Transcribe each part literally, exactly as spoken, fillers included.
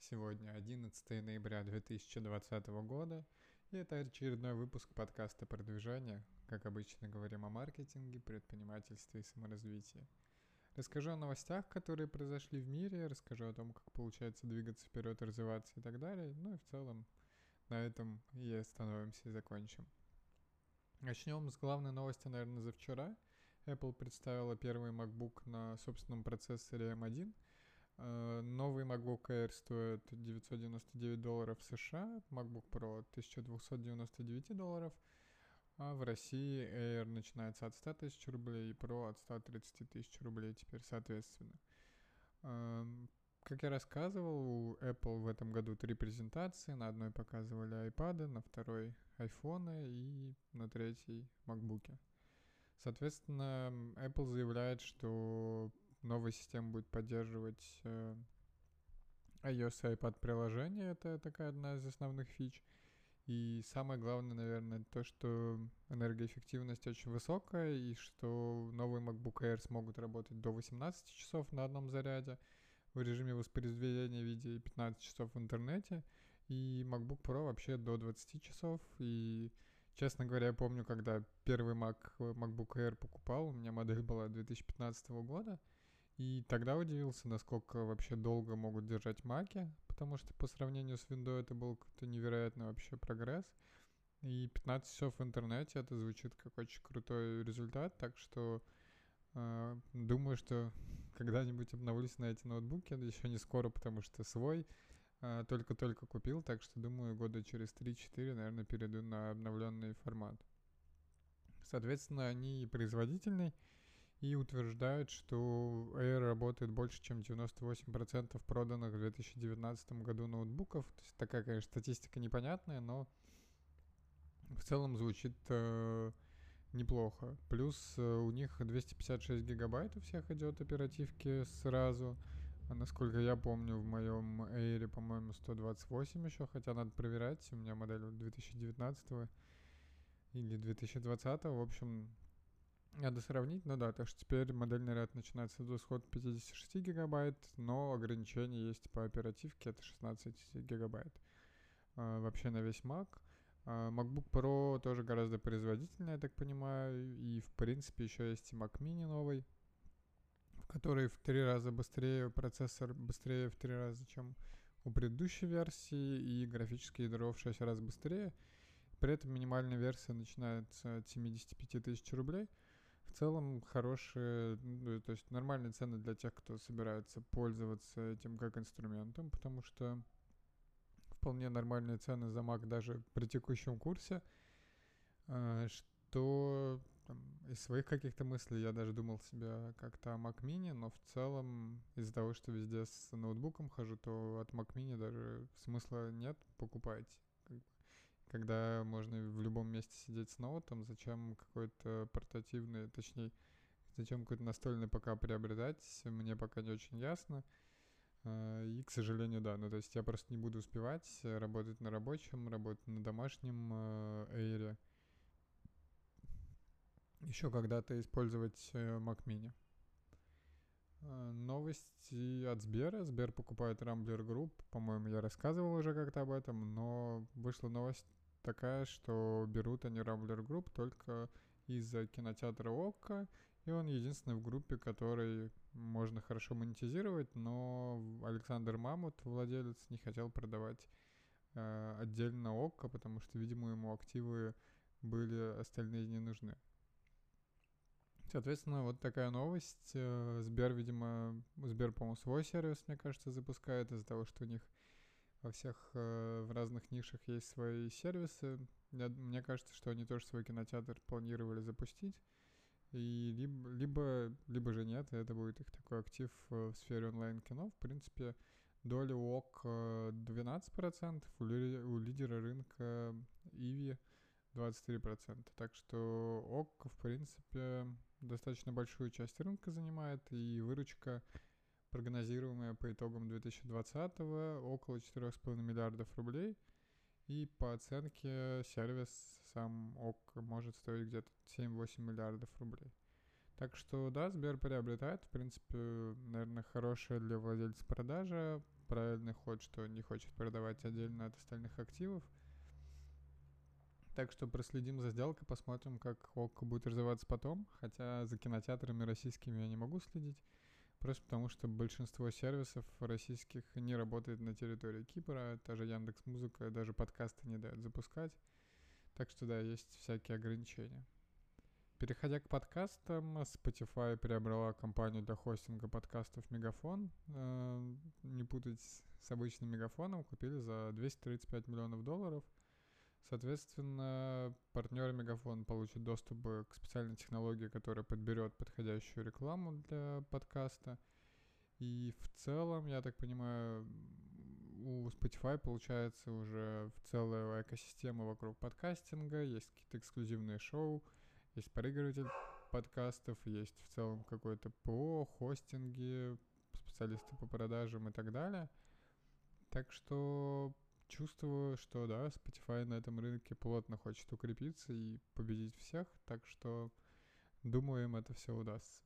Сегодня одиннадцатое ноября две тысячи двадцатого года, и это очередной выпуск подкаста «Продвижение». Как обычно, говорим о маркетинге, предпринимательстве и саморазвитии. Расскажу о новостях, которые произошли в мире, расскажу о том, как получается двигаться вперед, развиваться и так далее. Ну и в целом на этом и остановимся и закончим. Начнем с главной новости, наверное, за вчера. Apple представила первый MacBook на собственном процессоре эм один. Uh, новый MacBook Air стоит девятьсот девяносто девять долларов США, MacBook Pro тысяча двести девяносто девять долларов, а в России Air начинается от ста тысяч рублей и Pro от ста тридцати тысяч рублей теперь соответственно. Uh, как я рассказывал, у Apple в этом году три презентации, на одной показывали iPad, на второй iPhone и на третьей MacBook. Соответственно, Apple заявляет, что новая система будет поддерживать э, iOS и iPad приложение. Это такая одна из основных фич. И самое главное, наверное, то, что энергоэффективность очень высокая, и что новые MacBook Air смогут работать до восемнадцати часов на одном заряде в режиме воспроизведения видео и пятнадцать часов в интернете. И MacBook Pro вообще до двадцати часов. И, честно говоря, я помню, когда первый Mac, MacBook Air покупал, у меня модель была две тысячи пятнадцатого года, и тогда удивился, насколько вообще долго могут держать маки, потому что по сравнению с Windows это был какой-то невероятный вообще прогресс. И пятнадцать часов в интернете, это звучит как очень крутой результат, так что э, думаю, что когда-нибудь обновлюсь на эти ноутбуки, еще не скоро, потому что свой э, только-только купил, так что думаю, года через три-четыре, наверное, перейду на обновленный формат. Соответственно, они производительные, и утверждают, что Air работает больше, чем девяносто восемь процентов проданных в две тысячи девятнадцатом году ноутбуков. То есть такая, конечно, статистика непонятная, но в целом звучит э, неплохо. Плюс э, у них двести пятьдесят шесть гигабайт у всех идет оперативки сразу. А насколько я помню, в моем Air, по-моему, сто двадцать восемь еще, хотя надо проверять. У меня модель две тысячи девятнадцатого или две тысячи двадцатого. В общем, надо сравнить, ну да, так что теперь модельный ряд начинается с двухсот пятидесяти шести гигабайт, но ограничение есть по оперативке, это шестнадцать гигабайт. А, вообще на весь Mac. А, MacBook Pro тоже гораздо производительнее, я так понимаю, и в принципе еще есть и Mac Mini новый, в который в три раза быстрее, процессор быстрее в три раза, чем у предыдущей версии, и графическое ядро в шесть раз быстрее. При этом минимальная версия начинается от семидесяти пяти тысяч рублей. В целом хорошие, ну, то есть нормальные цены для тех, кто собирается пользоваться этим как инструментом, потому что вполне нормальные цены за Mac даже при текущем курсе. Что там, из своих каких-то мыслей я даже думал себе как-то о Mac Mini, но в целом из-за того, что везде с ноутбуком хожу, то от Mac Mini даже смысла нет, покупать. Когда можно в любом месте сидеть с ноутом, зачем какой-то портативный, точнее, зачем какой-то настольный ПК приобретать, мне пока не очень ясно. И, к сожалению, да, ну то есть я просто не буду успевать работать на рабочем, работать на домашнем Air. Еще когда-то использовать Mac Mini. Новости от Сбера. Сбер покупает Rambler Group. По-моему, я рассказывал уже как-то об этом, но вышла новость такая, что берут они Rambler Group только из-за кинотеатра ОККО, и он единственный в группе, который можно хорошо монетизировать, но Александр Мамут, владелец, не хотел продавать э, отдельно ОККО, потому что, видимо, ему активы были, остальные не нужны. Соответственно, вот такая новость. Сбер, видимо, Сбер, по-моему, свой сервис, мне кажется, запускает из-за того, что у них во всех в разных нишах есть свои сервисы. Мне кажется, что они тоже свой кинотеатр планировали запустить. И либо, либо, либо же нет, и это будет их такой актив в сфере онлайн-кино. В принципе, доля у ОК двенадцать процентов, у, ли, у лидера рынка Иви двадцать три процента. Так что ОК, в принципе, достаточно большую часть рынка занимает, и выручка, прогнозируемая по итогам две тысячи двадцатого, около четырех с половиной миллиардов рублей. И по оценке сервис сам ОК может стоить где-то семь-восемь миллиардов рублей. Так что, да, Сбер приобретает, в принципе, наверное, хорошая для владельца продажа. правильный ход, что не хочет продавать отдельно от остальных активов. Так что проследим за сделкой, посмотрим, как ОККО будет развиваться потом. Хотя за кинотеатрами российскими я не могу следить. Просто потому, что большинство сервисов российских не работает на территории Кипра. Та же Яндекс.Музыка даже подкасты не дает запускать. Так что да, есть всякие ограничения. Переходя к подкастам, Spotify приобрела компанию для хостинга подкастов Мегафон. Э, не путать с обычным Мегафоном, купили за двести тридцать пять миллионов долларов. Соответственно, партнер Мегафон получит доступ к специальной технологии, которая подберет подходящую рекламу для подкаста. И в целом, я так понимаю, у Spotify получается уже целая экосистема вокруг подкастинга, есть какие-то эксклюзивные шоу, есть проигрыватель подкастов, есть в целом какое-то ПО, хостинги, специалисты по продажам и так далее. Так что чувствую, что да, Spotify на этом рынке плотно хочет укрепиться и победить всех, так что думаю, им это все удастся.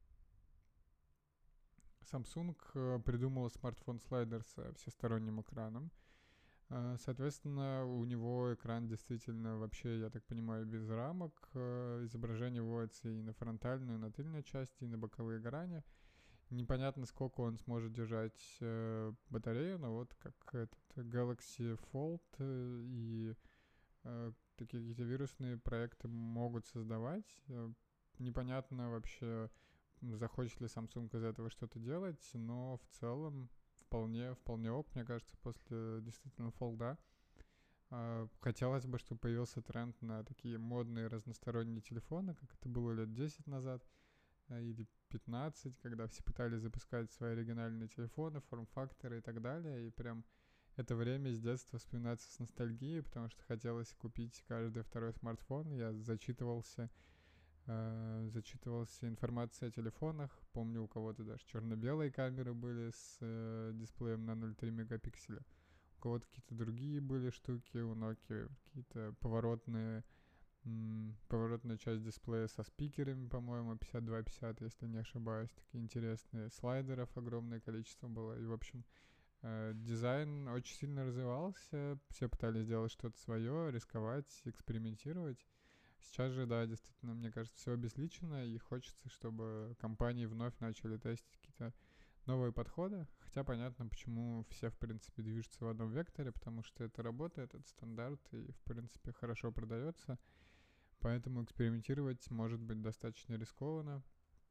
Samsung придумал смартфон-слайдер с всесторонним экраном. Соответственно, у него экран действительно вообще, я так понимаю, без рамок. Изображение выводится и на фронтальную, и на тыльной части, и на боковые грани. Непонятно, сколько он сможет держать э, батарею, но вот как этот Galaxy Fold э, и э, такие какие-то вирусные проекты могут создавать. Э, непонятно вообще, захочет ли Samsung из этого что-то делать, но в целом вполне, вполне ок, мне кажется, после действительно Fold. Э, хотелось бы, чтобы появился тренд на такие модные разносторонние телефоны, как это было лет десять назад, э, или пятнадцать, когда все пытались запускать свои оригинальные телефоны, форм-факторы и так далее, и прям это время с детства вспоминается с ностальгией, потому что хотелось купить каждый второй смартфон. Я зачитывался, э, зачитывался информацией о телефонах. Помню, у кого-то даже черно-белые камеры были с э, дисплеем на ноль целых три десятых. У кого-то какие-то другие были штуки, у Nokia какие-то поворотные поворотная часть дисплея со спикерами, по-моему, пятьдесят два пятьдесят, если не ошибаюсь. Такие интересные. Слайдеров огромное количество было. И, в общем, э, дизайн очень сильно развивался. Все пытались сделать что-то свое, рисковать, экспериментировать. Сейчас же, да, действительно, мне кажется, все обезличено, и хочется, чтобы компании вновь начали тестить какие-то новые подходы. Хотя понятно, почему все, в принципе, движутся в одном векторе, потому что это работает, это стандарт, и, в принципе, хорошо продается. Поэтому экспериментировать может быть достаточно рискованно.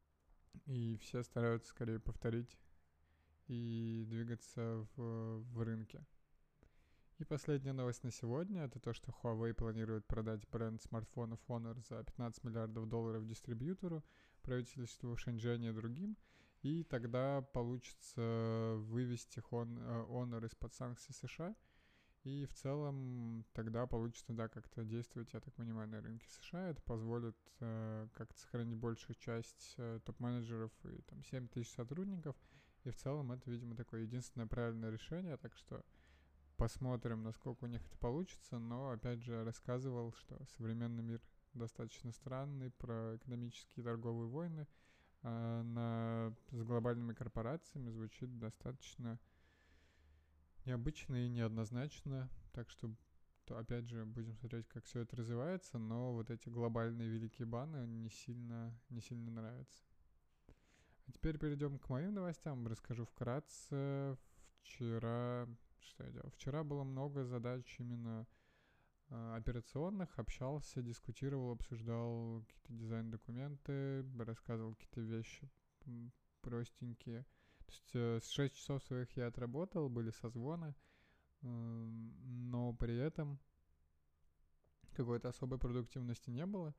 И все стараются скорее повторить и двигаться в, в рынке. И последняя новость на сегодня — это то, что Huawei планирует продать бренд смартфонов Honor за пятнадцать миллиардов долларов дистрибьютору, правительству в Шэньчжэне и другим. И тогда получится вывести Honor из-под санкций США. И в целом тогда получится, да, как-то действовать, я так понимаю, на рынке США. Это позволит э, как-то сохранить большую часть э, топ-менеджеров и там семь тысяч сотрудников. И в целом это, видимо, такое единственное правильное решение. Так что посмотрим, насколько у них это получится. Но, опять же, рассказывал, что современный мир достаточно странный, про экономические и торговые войны э, на, с глобальными корпорациями звучит достаточно необычно и неоднозначно, так что, то, опять же, будем смотреть, как все это развивается, но вот эти глобальные великие баны не сильно, не сильно нравятся. А теперь перейдем к моим новостям, расскажу вкратце. Вчера, что я делал? Вчера было много задач именно э, операционных, общался, дискутировал, обсуждал какие-то дизайн-документы, рассказывал какие-то вещи простенькие. То есть э, с шесть часов своих я отработал, были созвоны, э, но при этом какой-то особой продуктивности не было.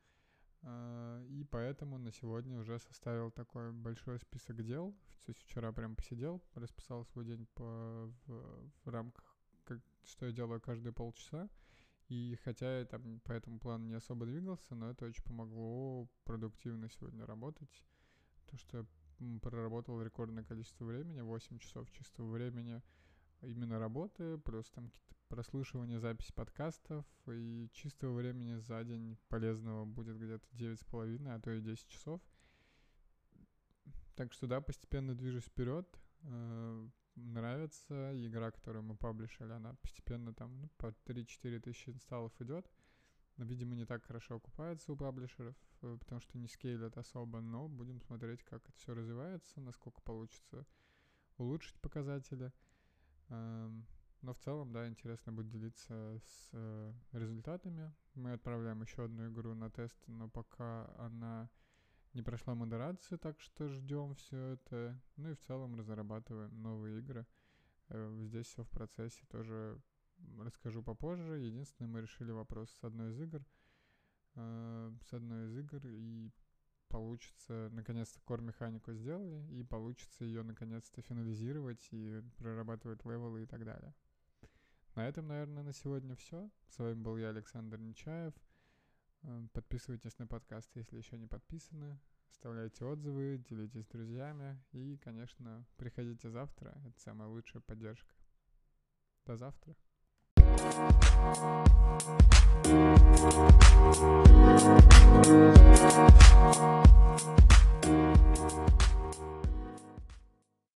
Э, и поэтому на сегодня уже составил такой большой список дел. То есть вчера прям посидел, расписал свой день по, в, в рамках, как, что я делаю каждые полчаса. И хотя я там по этому плану не особо двигался, но это очень помогло продуктивно сегодня работать. То, что проработал рекордное количество времени, восемь часов чистого времени именно работы, плюс там какие-то прослушивания, записи подкастов, и чистого времени за день полезного будет где-то девять с половиной, а то и десять часов. Так что да, постепенно движусь вперед. нравится. Игра, которую мы паблишили, она постепенно там ну, по три-четыре тысячи инсталлов идет. Но, видимо, не так хорошо окупается у паблишеров, потому что не скейлят особо, но будем смотреть, как это все развивается, насколько получится улучшить показатели. Но в целом, да, интересно будет делиться с результатами. Мы отправляем еще одну игру на тест, но пока она не прошла модерацию, так что ждем все это. Ну и в целом разрабатываем новые игры. Здесь все в процессе, тоже расскажу попозже. Единственное, мы решили вопрос с одной из игр. С одной из игр и получится, наконец-то, core-механику сделали, и получится ее наконец-то финализировать и прорабатывать левелы и так далее. На этом, наверное, на сегодня все. С вами был я, Александр Нечаев. Подписывайтесь на подкаст, если еще не подписаны. Оставляйте отзывы, делитесь с друзьями. И, конечно, приходите завтра. Это самая лучшая поддержка. До завтра.